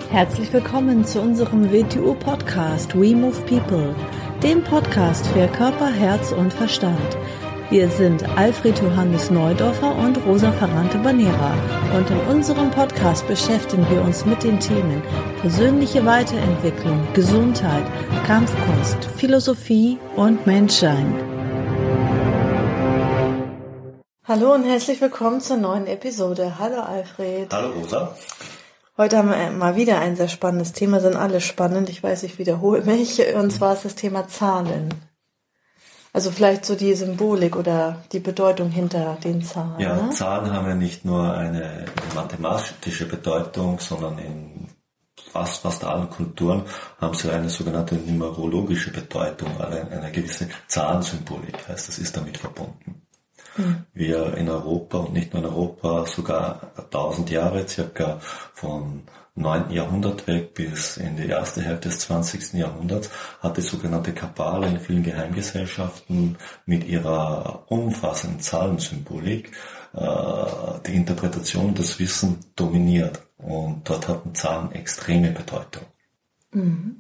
Herzlich willkommen zu unserem WTU-Podcast We Move People, dem Podcast für Körper, Herz und Verstand. Wir sind Alfred Johannes Neudorfer und Rosa Ferrante Banera und in unserem Podcast beschäftigen wir uns mit den Themen persönliche Weiterentwicklung, Gesundheit, Kampfkunst, Philosophie und Menschsein. Hallo und herzlich willkommen zur neuen Episode. Hallo Alfred. Hallo Rosa. Heute haben wir mal wieder ein sehr spannendes Thema, sind alle spannend, ich weiß, ich wiederhole mich, und zwar ist das Thema Zahlen. Also vielleicht so die Symbolik oder die Bedeutung hinter den Zahlen. Ja, ne? Zahlen haben ja nicht nur eine mathematische Bedeutung, sondern in fast allen Kulturen haben sie eine sogenannte numerologische Bedeutung, eine gewisse Zahlensymbolik, heißt, das ist damit verbunden. Wir in Europa und nicht nur in Europa, sogar 1000 Jahre circa vom 9. Jahrhundert weg bis in die erste Hälfte des 20. Jahrhunderts hat die sogenannte Kabbale in vielen Geheimgesellschaften mit ihrer umfassenden Zahlensymbolik die Interpretation und das Wissen dominiert. Und dort hatten Zahlen extreme Bedeutung. Mhm.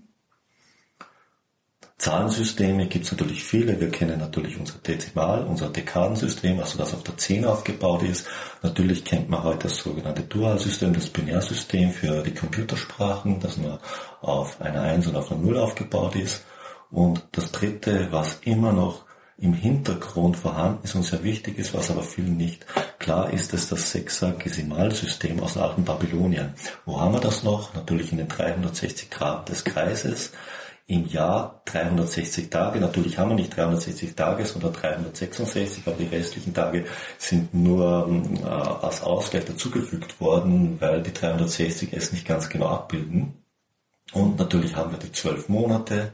Zahlensysteme gibt es natürlich viele. Wir kennen natürlich unser unser Dekadensystem, also das auf der 10 aufgebaut ist. Natürlich kennt man heute das sogenannte Dualsystem, das Binärsystem für die Computersprachen, das nur auf einer 1 und auf einer 0 aufgebaut ist. Und das dritte, was immer noch im Hintergrund vorhanden ist und sehr wichtig ist, was aber vielen nicht klar ist, ist das Sexagesimalsystem aus alten Babylonien. Wo haben wir das noch? Natürlich in den 360 Grad des Kreises. Im Jahr 360 Tage, natürlich haben wir nicht 360 Tage, sondern 366, aber die restlichen Tage sind nur als Ausgleich dazugefügt worden, weil die 360 es nicht ganz genau abbilden. Und natürlich haben wir die 12 Monate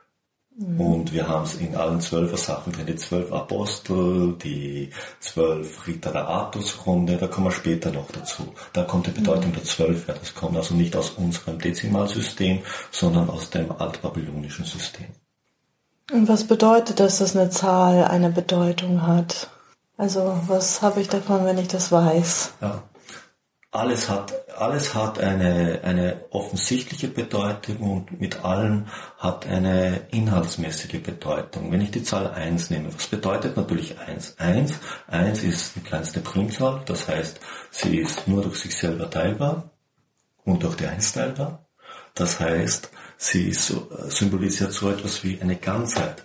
und wir haben es in allen 12er Sachen drin, die 12 Apostel, die 12 Ritter der Artusrunde, da kommen wir später noch dazu. Da kommt die Bedeutung der 12 her. Das kommt also nicht aus unserem Dezimalsystem, sondern aus dem altbabylonischen System. Und was bedeutet das, dass eine Zahl eine Bedeutung hat? Also was habe ich davon, wenn ich das weiß? Ja. Alles hat eine offensichtliche Bedeutung und mit allem hat eine inhaltsmäßige Bedeutung. Wenn ich die Zahl 1 nehme, was bedeutet natürlich 1? 1 ist die kleinste Primzahl, das heißt, sie ist nur durch sich selber teilbar und durch die 1 teilbar. Das heißt, sie symbolisiert so etwas wie eine Ganzheit,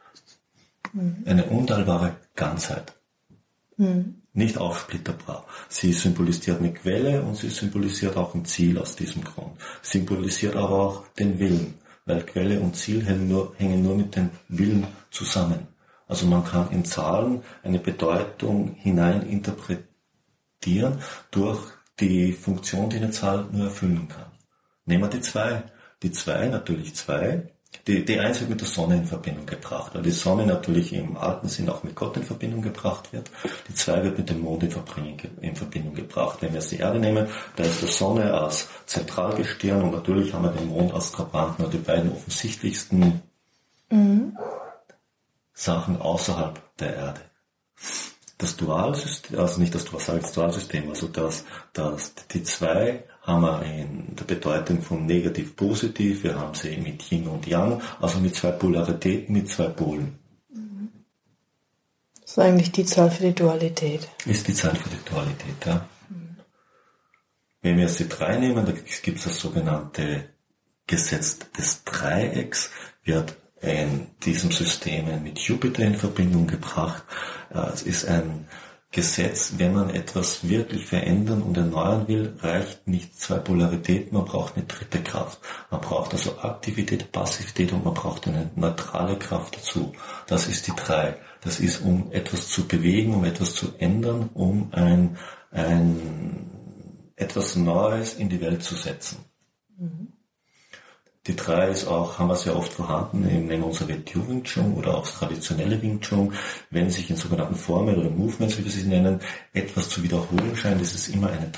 eine unteilbare Ganzheit. Nicht aufsplitterbar. Sie symbolisiert eine Quelle und sie symbolisiert auch ein Ziel aus diesem Grund. Symbolisiert aber auch den Willen, weil Quelle und Ziel hängen nur mit dem Willen zusammen. Also man kann in Zahlen eine Bedeutung hineininterpretieren durch die Funktion, die eine Zahl nur erfüllen kann. Nehmen wir die 2. Die 2, natürlich 2. Die 1 wird mit der Sonne in Verbindung gebracht, weil die Sonne natürlich im alten Sinn auch mit Gott in Verbindung gebracht wird. Die 2 wird mit dem Mond in Verbindung gebracht. Wenn wir jetzt die Erde nehmen, da ist die Sonne als Zentralgestirn und natürlich haben wir den Mond als Trabanten, und die beiden offensichtlichsten Sachen außerhalb der Erde. Das Dualsystem, also nicht das Dualsystem, also die 2 haben wir in der Bedeutung von negativ-positiv, wir haben sie mit Yin und Yang, also mit 2 Polaritäten, mit 2 Polen. Das ist eigentlich die Zahl für die Dualität. Ist die Zahl für die Dualität, ja. Wenn wir jetzt die 3 nehmen, da gibt es das sogenannte Gesetz des Dreiecks, wird in diesem System mit Jupiter in Verbindung gebracht. Es ist ein Gesetz, wenn man etwas wirklich verändern und erneuern will, reicht nicht 2 Polaritäten, man braucht eine dritte Kraft. Man braucht also Aktivität, Passivität und man braucht eine neutrale Kraft dazu. Das ist die 3. Das ist, um etwas zu bewegen, um etwas zu ändern, um etwas Neues in die Welt zu setzen. Die 3 ist auch, haben wir sehr oft vorhanden, in unserer WTU Wing Chun oder auch das traditionelle Wing Chun. Wenn sich in sogenannten Formen oder Movements, wie wir sie nennen, etwas zu wiederholen scheint, ist es immer eine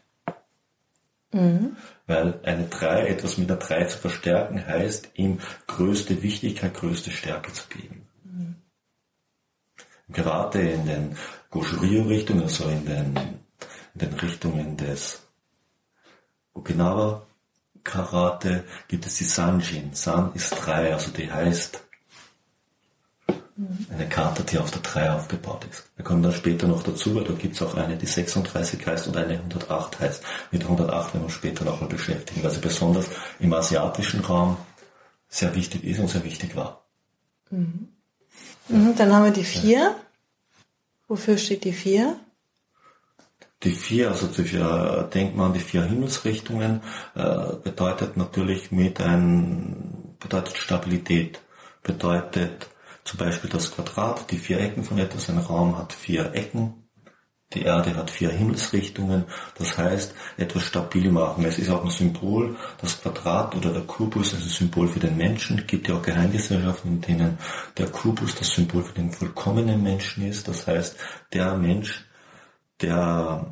3. Weil eine 3, etwas mit der 3 zu verstärken, heißt, ihm größte Wichtigkeit, größte Stärke zu geben. Gerade in den Goju-Ryu-Richtungen, also in den Richtungen des Okinawa, Karate gibt es die Sanjin. San ist 3, also die heißt eine Karte, die auf der 3 aufgebaut ist. Wir kommen dann später noch dazu, weil da gibt es auch eine, die 36 heißt und eine 108 heißt. Mit 108 werden wir uns später noch mal beschäftigen, weil sie besonders im asiatischen Raum sehr wichtig ist und sehr wichtig war. Mhm. Dann haben wir die 4. Wofür steht die 4? Die 4, also denkt man an die 4 Himmelsrichtungen, bedeutet natürlich bedeutet Stabilität, bedeutet zum Beispiel das Quadrat, die 4 Ecken von etwas. Ein Raum hat 4 Ecken, die Erde hat 4 Himmelsrichtungen, das heißt, etwas stabil machen. Es ist auch ein Symbol, das Quadrat oder der Kubus ist ein Symbol für den Menschen. Es gibt ja auch Geheimgesellschaften, in denen der Kubus das Symbol für den vollkommenen Menschen ist. Das heißt, der Mensch, der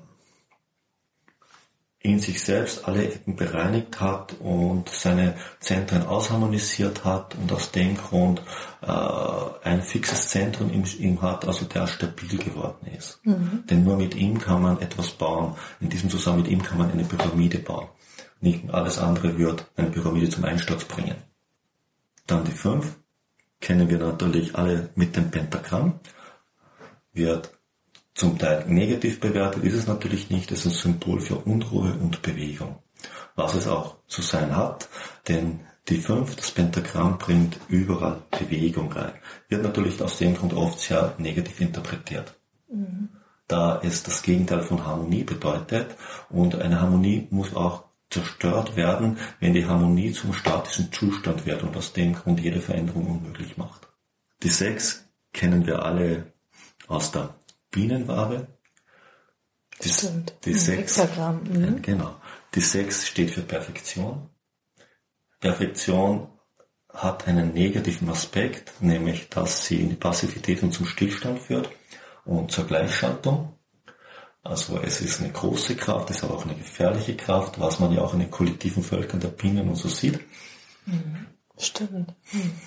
in sich selbst alle Ecken bereinigt hat und seine Zentren ausharmonisiert hat und aus dem Grund ein fixes Zentrum in ihm hat, also der stabil geworden ist. Denn nur mit ihm kann man etwas bauen. In diesem Zusammenhang mit ihm kann man eine Pyramide bauen. Nicht alles andere wird eine Pyramide zum Einsturz bringen. Dann die 5, kennen wir natürlich alle mit dem Pentagramm, wird zum Teil negativ bewertet, ist es natürlich nicht. Es ist ein Symbol für Unruhe und Bewegung. Was es auch zu sein hat, denn die 5, das Pentagramm, bringt überall Bewegung rein. Wird natürlich aus dem Grund oft sehr negativ interpretiert. Da es das Gegenteil von Harmonie bedeutet und eine Harmonie muss auch zerstört werden, wenn die Harmonie zum statischen Zustand wird und aus dem Grund jede Veränderung unmöglich macht. Die 6 kennen wir alle aus der Bienenwabe. Die 6, genau. Die 6 steht für Perfektion. Perfektion hat einen negativen Aspekt, nämlich, dass sie in die Passivität und zum Stillstand führt und zur Gleichschaltung. Also es ist eine große Kraft, es ist aber auch eine gefährliche Kraft, was man ja auch in den kollektiven Völkern der Bienen und so sieht. Stimmt.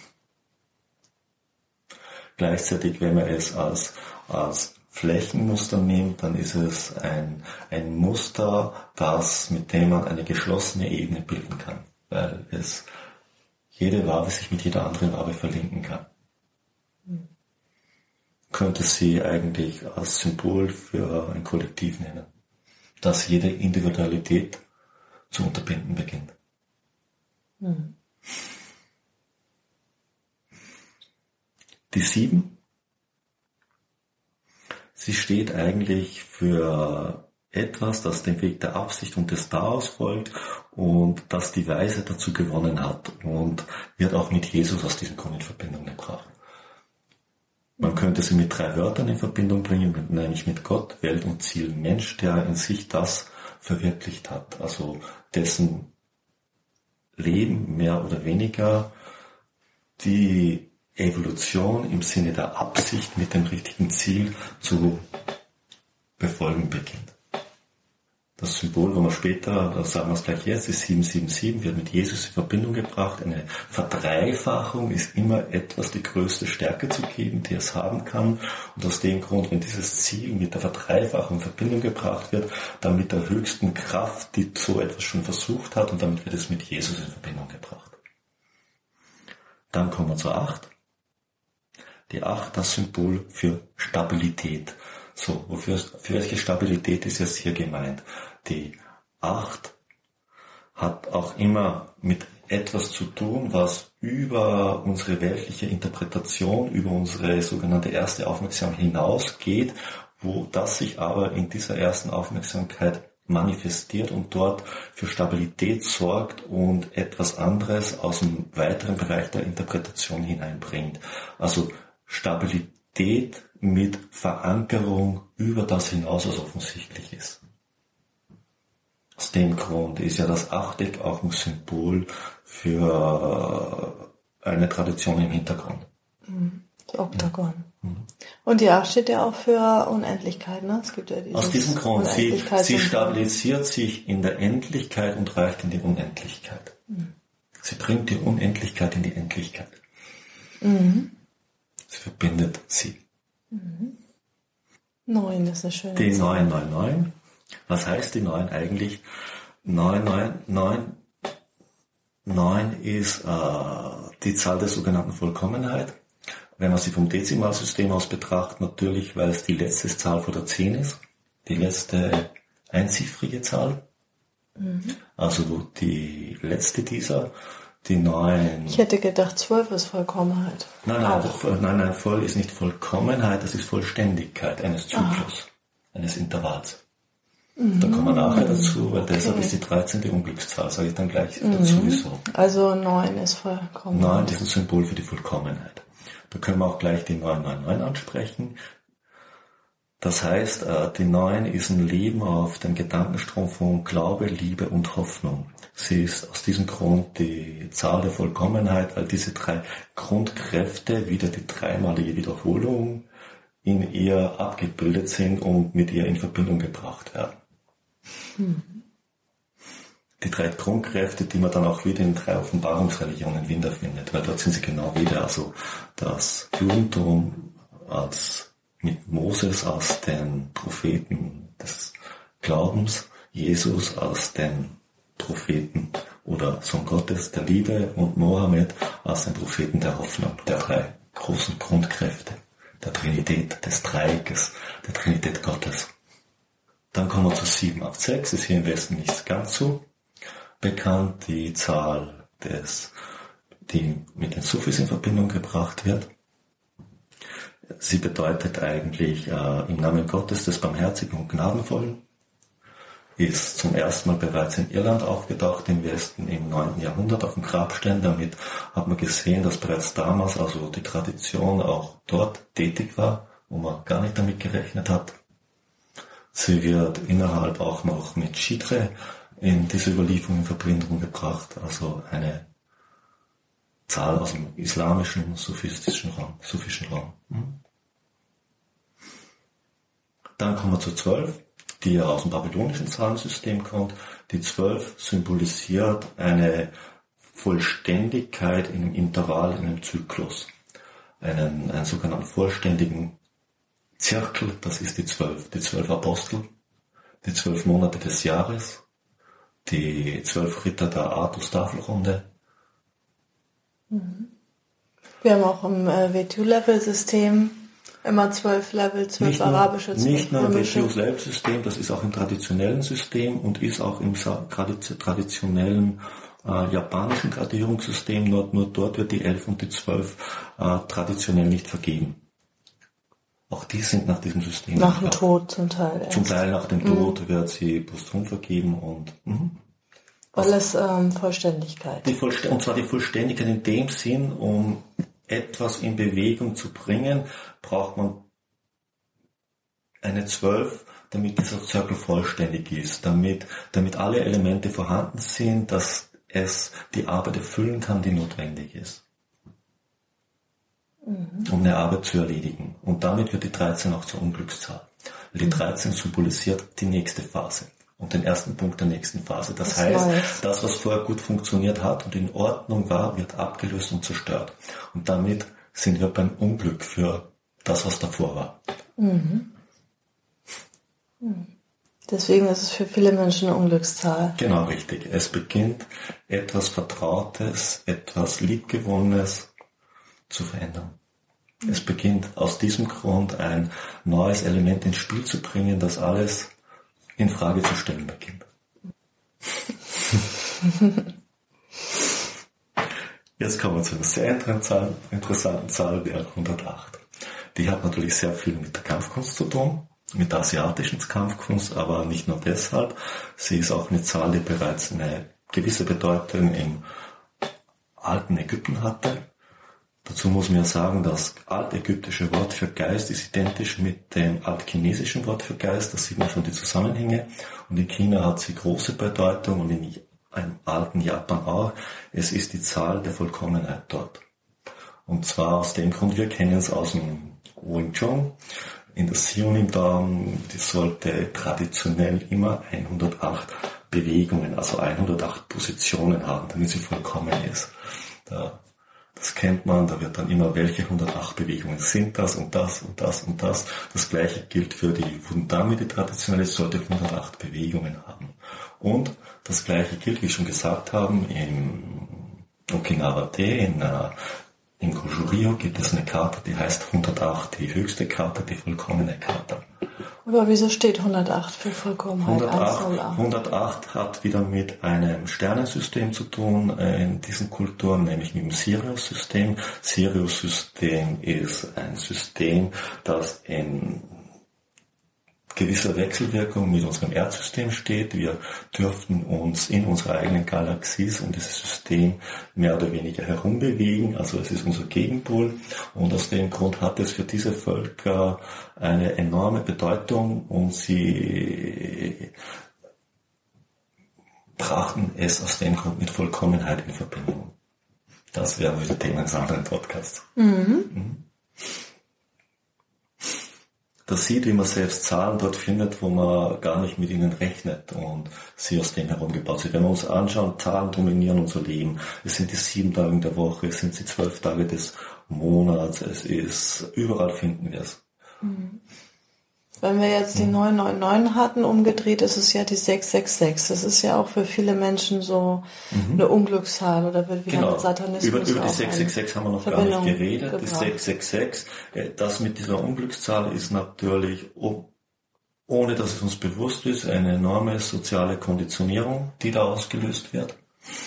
Gleichzeitig, wenn man es als Flächenmuster nimmt, dann ist es ein Muster, mit dem man eine geschlossene Ebene bilden kann, weil es jede Wabe sich mit jeder anderen Wabe verlinken kann. Könnte sie eigentlich als Symbol für ein Kollektiv nennen, das jede Individualität zu unterbinden beginnt. Die 7, sie steht eigentlich für etwas, das den Weg der Absicht und des Daraus folgt und das die Weise dazu gewonnen hat und wird auch mit Jesus aus diesem Grund in Verbindung gebracht. Man könnte sie mit 3 Wörtern in Verbindung bringen, nämlich mit Gott, Welt und Ziel. Mensch, der in sich das verwirklicht hat, also dessen Leben mehr oder weniger die Evolution im Sinne der Absicht mit dem richtigen Ziel zu befolgen beginnt. Das Symbol, wo wir später, das sagen wir es gleich jetzt, ist 777, wird mit Jesus in Verbindung gebracht. Eine Verdreifachung ist immer etwas, die größte Stärke zu geben, die es haben kann. Und aus dem Grund, wenn dieses Ziel mit der Verdreifachung in Verbindung gebracht wird, dann mit der höchsten Kraft, die so etwas schon versucht hat, und damit wird es mit Jesus in Verbindung gebracht. Dann kommen wir zur 8. Die 8, das Symbol für Stabilität. So, für welche Stabilität ist jetzt hier gemeint? Die 8 hat auch immer mit etwas zu tun, was über unsere weltliche Interpretation, über unsere sogenannte erste Aufmerksamkeit hinausgeht, wo das sich aber in dieser ersten Aufmerksamkeit manifestiert und dort für Stabilität sorgt und etwas anderes aus dem weiteren Bereich der Interpretation hineinbringt. Also Stabilität mit Verankerung über das hinaus, was offensichtlich ist. Aus dem Grund ist ja das Achteck auch ein Symbol für eine Tradition im Hintergrund. Die Oktagon. Und die 8 steht ja auch für Unendlichkeit, ne? Es gibt ja aus diesem Grund, sie stabilisiert sich in der Endlichkeit und reicht in die Unendlichkeit. Sie bringt die Unendlichkeit in die Endlichkeit. Sie verbindet sie. 9 ist eine schöne Die Zahl. 999. Was heißt die 9 eigentlich? 999 9 ist die Zahl der sogenannten Vollkommenheit. Wenn man sie vom Dezimalsystem aus betrachtet, natürlich, weil es die letzte Zahl vor der 10 ist, die letzte einziffrige Zahl. Also die letzte dieser, die 9. Ich hätte gedacht, 12 ist Vollkommenheit. Nein, voll ist nicht Vollkommenheit, das ist Vollständigkeit eines Zyklus, eines Intervalls. Da kommen wir nachher dazu, weil deshalb ist die 13. Unglückszahl, sage ich dann gleich dazu, wieso. Also 9 ist Vollkommenheit. 9 ist ein Symbol für die Vollkommenheit. Da können wir auch gleich die 999 ansprechen. Das heißt, die 9 ist ein Leben auf dem Gedankenstrom von Glaube, Liebe und Hoffnung. Sie ist aus diesem Grund die Zahl der Vollkommenheit, weil diese 3 Grundkräfte, wieder die dreimalige Wiederholung, in ihr abgebildet sind und mit ihr in Verbindung gebracht werden. Die 3 Grundkräfte, die man dann auch wieder in 3 Offenbarungsreligionen wiederfindet, weil dort sind sie genau wieder, also das Judentum als mit Moses als den Propheten des Glaubens, Jesus als den Propheten oder Sohn Gottes der Liebe und Mohammed als den Propheten der Hoffnung, der 3 großen Grundkräfte, der Trinität, des Dreiecks, der Trinität Gottes. Dann kommen wir zu 786, ist hier im Westen nicht ganz so bekannt, die Zahl, die mit den Sufis in Verbindung gebracht wird. Sie bedeutet eigentlich im Namen Gottes des Barmherzigen und Gnadenvollen, ist zum ersten Mal bereits in Irland aufgetaucht, im Westen im 9. Jahrhundert auf dem Grabstein. Damit hat man gesehen, dass bereits damals also die Tradition auch dort tätig war, wo man gar nicht damit gerechnet hat. Sie wird innerhalb auch noch mit Shidre in diese Überlieferung in Verbindung gebracht, also eine Zahl aus dem islamischen, sufistischen Raum. Dann kommen wir zur 12, die ja aus dem babylonischen Zahlensystem kommt. Die 12 symbolisiert eine Vollständigkeit in einem Intervall, in einem Zyklus. Einen sogenannten vollständigen Zirkel, das ist die 12. Die 12 Apostel, die 12 Monate des Jahres, die 12 Ritter der Artus-Tafelrunde. Wir haben auch im WTO-Level-System immer 12 Level, 12 arabische, 12 Nicht nur im WTO-Level-System, das ist auch im traditionellen System und ist auch im traditionellen japanischen Gradierungssystem, nur dort wird die 11 und die 12 traditionell nicht vergeben. Auch die sind nach diesem System. Nach dem Tod zum Teil. Zum Teil nach dem Tod wird sie posthum vergeben und weil es Vollständigkeit. Und zwar die Vollständigkeit in dem Sinn, um etwas in Bewegung zu bringen, braucht man eine 12, damit dieser Zirkel vollständig ist, damit alle Elemente vorhanden sind, dass es die Arbeit erfüllen kann, die notwendig ist, um eine Arbeit zu erledigen. Und damit wird die 13 auch zur Unglückszahl. Weil die 13 symbolisiert die nächste Phase und den ersten Punkt der nächsten Phase. Das heißt, das, was vorher gut funktioniert hat und in Ordnung war, wird abgelöst und zerstört. Und damit sind wir beim Unglück für das, was davor war. Deswegen ist es für viele Menschen eine Unglückszahl. Genau, richtig. Es beginnt etwas Vertrautes, etwas Liebgewonnenes zu verändern. Es beginnt aus diesem Grund ein neues Element ins Spiel zu bringen, das alles in Frage zu stellen beginnt. Jetzt kommen wir zu einer sehr interessanten Zahl, der 108. Die hat natürlich sehr viel mit der Kampfkunst zu tun, mit der asiatischen Kampfkunst, aber nicht nur deshalb. Sie ist auch eine Zahl, die bereits eine gewisse Bedeutung im alten Ägypten hatte. Dazu muss man ja sagen, das altägyptische Wort für Geist ist identisch mit dem altchinesischen Wort für Geist. Da sieht man schon die Zusammenhänge. Und in China hat sie große Bedeutung und in einem alten Japan auch. Es ist die Zahl der Vollkommenheit dort. Und zwar aus dem Grund, wir kennen es aus dem Wing Chun. In der Sionim Dawn, die sollte traditionell immer 108 Bewegungen, also 108 Positionen haben, damit sie vollkommen ist. Das kennt man, da wird dann immer, welche 108 Bewegungen sind das und das und das und das. Das gleiche gilt für die Wundami, die traditionell ist, sollte 108 Bewegungen haben. Und das gleiche gilt, wie schon gesagt haben, im Okinawa-te, in Goju-Ryo gibt es eine Karte, die heißt 108, die höchste Karte, die vollkommene Karte. Aber wieso steht 108 für Vollkommenheit? 108 hat wieder mit einem Sternensystem zu tun in diesen Kulturen, nämlich mit dem Sirius-System. Sirius-System ist ein System, das in gewisser Wechselwirkung mit unserem Erdsystem steht. Wir dürften uns in unserer eigenen Galaxie um dieses System mehr oder weniger herumbewegen. Also es ist unser Gegenpol. Und aus dem Grund hat es für diese Völker eine enorme Bedeutung und sie brachten es aus dem Grund mit Vollkommenheit in Verbindung. Das wäre wieder Thema eines anderen Podcasts. Das sieht, wie man selbst Zahlen dort findet, wo man gar nicht mit ihnen rechnet und sie aus dem herumgebaut sind. Wenn wir uns anschauen, Zahlen dominieren unser Leben. Es sind die 7 Tage in der Woche, es sind die 12 Tage des Monats, es ist, überall finden wir es. Wenn wir jetzt die 999 hatten, umgedreht ist es ja die 666. Das ist ja auch für viele Menschen so eine Unglückszahl oder wird wieder mit Satanismus. Über die 666 haben wir noch gar nicht geredet. Gebraucht. Die 666, das mit dieser Unglückszahl ist natürlich, ohne dass es uns bewusst ist, eine enorme soziale Konditionierung, die da ausgelöst wird.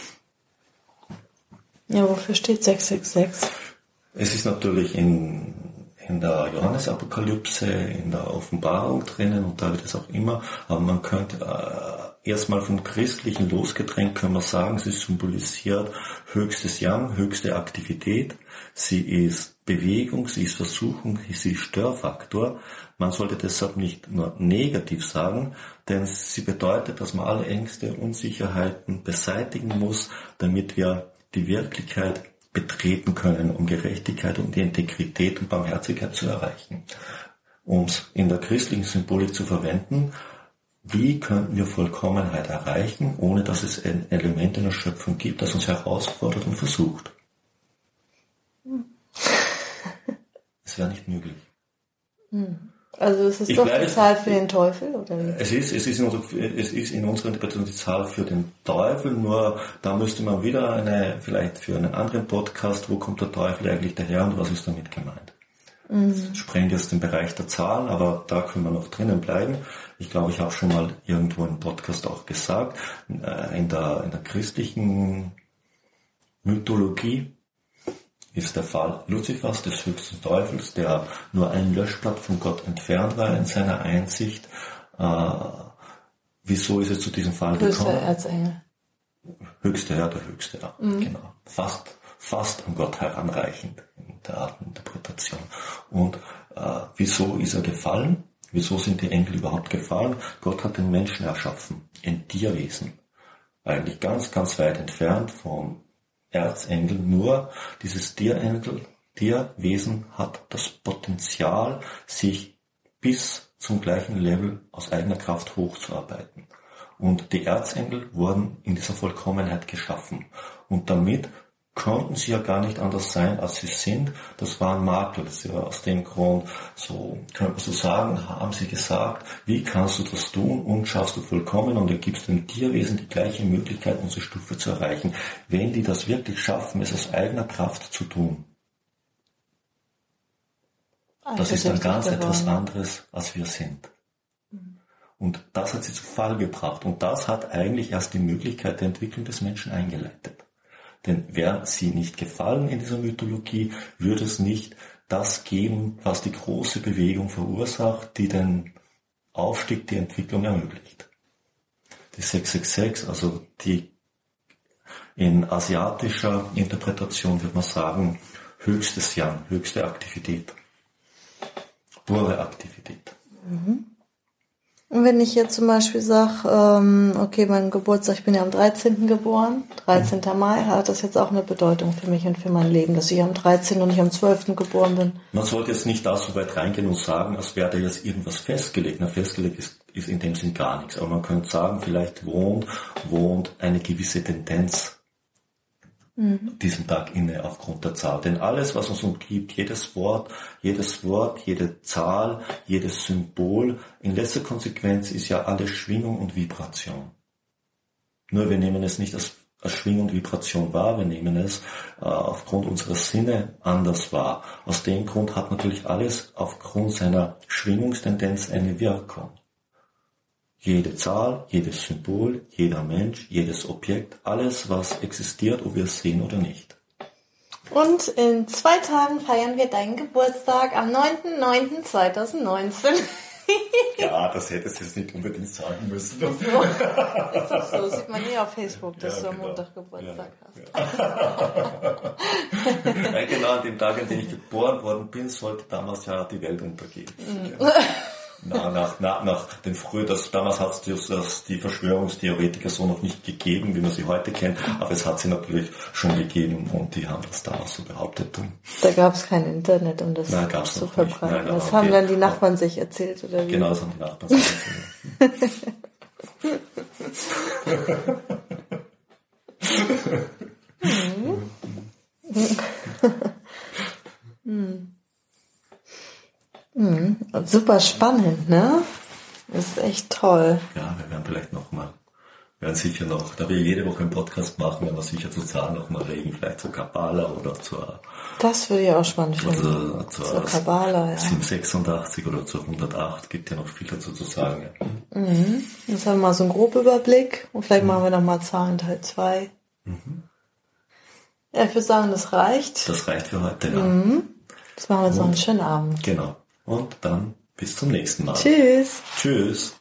Ja, wofür steht 666? Es ist natürlich in der Johannesapokalypse, in der Offenbarung drinnen und da wird es auch immer, aber man könnte erstmal vom Christlichen losgetrennt, können wir sagen, sie symbolisiert höchstes Yang, höchste Aktivität, sie ist Bewegung, sie ist Versuchung, sie ist Störfaktor. Man sollte deshalb nicht nur negativ sagen, denn sie bedeutet, dass man alle Ängste, Unsicherheiten beseitigen muss, damit wir die Wirklichkeit betreten können, um Gerechtigkeit und die Integrität und Barmherzigkeit zu erreichen. Um es in der christlichen Symbolik zu verwenden, wie könnten wir Vollkommenheit erreichen, ohne dass es ein Element in der Schöpfung gibt, das uns herausfordert und versucht? Es wäre nicht möglich. Also es ist doch die Zahl für den Teufel, oder wie? Es ist in unserer Interpretation die Zahl für den Teufel, nur da müsste man wieder vielleicht für einen anderen Podcast, wo kommt der Teufel eigentlich daher und was ist damit gemeint? Das sprengt jetzt den Bereich der Zahlen, aber da können wir noch drinnen bleiben. Ich glaube, ich habe schon mal irgendwo im Podcast auch gesagt, in der christlichen Mythologie ist der Fall Luzifers, des höchsten Teufels, der nur ein Löschblatt von Gott entfernt war in seiner Einsicht. Wieso ist es zu diesem Fall gekommen? Höchster Erzengel. Der höchste, ja. Genau. Fast an Gott heranreichend in der Art Interpretation. Und wieso ist er gefallen? Wieso sind die Engel überhaupt gefallen? Gott hat den Menschen erschaffen, ein Tierwesen. Eigentlich ganz, ganz weit entfernt vom Erzengel, nur dieses Tierwesen hat das Potenzial, sich bis zum gleichen Level aus eigener Kraft hochzuarbeiten. Und die Erzengel wurden in dieser Vollkommenheit geschaffen. Und damit konnten sie ja gar nicht anders sein, als sie sind. Das war ein Makel. Das ist ja aus dem Grund, so könnte man so sagen, haben sie gesagt, wie kannst du das tun und schaffst du vollkommen und du gibst dem Tierwesen die gleiche Möglichkeit, unsere Stufe zu erreichen. Wenn die das wirklich schaffen, es aus eigener Kraft zu tun, das ist dann ganz etwas anderes, als wir sind. Und das hat sie zu Fall gebracht. Und das hat eigentlich erst die Möglichkeit der Entwicklung des Menschen eingeleitet. Denn wäre sie nicht gefallen in dieser Mythologie, würde es nicht das geben, was die große Bewegung verursacht, die den Aufstieg, die Entwicklung ermöglicht. Die 666, also die in asiatischer Interpretation würde man sagen, höchstes Yang, höchste Aktivität, pure Aktivität. Und wenn ich jetzt zum Beispiel sage, okay, mein Geburtstag, ich bin ja am 13. geboren, 13. Mai, hat das jetzt auch eine Bedeutung für mich und für mein Leben, dass ich am 13. und nicht am 12. geboren bin? Man sollte jetzt nicht da so weit reingehen und sagen, als wäre da jetzt irgendwas festgelegt. Na, festgelegt ist in dem Sinn gar nichts. Aber man könnte sagen, vielleicht wohnt eine gewisse Tendenz diesen Tag inne aufgrund der Zahl. Denn alles, was uns umgibt, jedes Wort, jede Zahl, jedes Symbol, in letzter Konsequenz ist ja alles Schwingung und Vibration. Nur wir nehmen es nicht als als Schwingung und Vibration wahr, wir nehmen es aufgrund unserer Sinne anders wahr. Aus dem Grund hat natürlich alles aufgrund seiner Schwingungstendenz eine Wirkung. Jede Zahl, jedes Symbol, jeder Mensch, jedes Objekt, alles, was existiert, ob wir es sehen oder nicht. Und in 2 Tagen feiern wir deinen Geburtstag am 9.9.2019. Ja, das hättest du jetzt nicht unbedingt sagen müssen. Ist doch so, sieht man nie auf Facebook, dass du am Montag Geburtstag hast. Ja, genau, an dem Tag, an dem ich geboren worden bin, sollte damals ja die Welt untergehen. Nach den damals hat es die Verschwörungstheoretiker so noch nicht gegeben, wie man sie heute kennt, aber es hat sie natürlich schon gegeben und die haben das damals so behauptet. Da gab es kein Internet, um das zu verbreiten. Das haben dann die Nachbarn sich erzählt, oder wie? Genau, das haben die Nachbarn sich erzählt. Super spannend, ne? Das ist echt toll. Ja, wir werden sicher noch, da wir jede Woche einen Podcast machen, werden wir sicher zu Zahlen noch mal reden, vielleicht zur Kabbala oder das würde ich auch spannend finden. Zur Kabbala, ja. 786 oder zur 108, gibt ja noch viel dazu zu sagen. Ja. Jetzt haben wir mal so einen Grobüberblick und vielleicht machen wir noch mal Zahlen Teil 2. Ja, ich würde sagen, das reicht. Das reicht für heute, ja. Jetzt machen wir jetzt noch einen schönen Abend. Genau. Und dann bis zum nächsten Mal. Tschüss. Tschüss.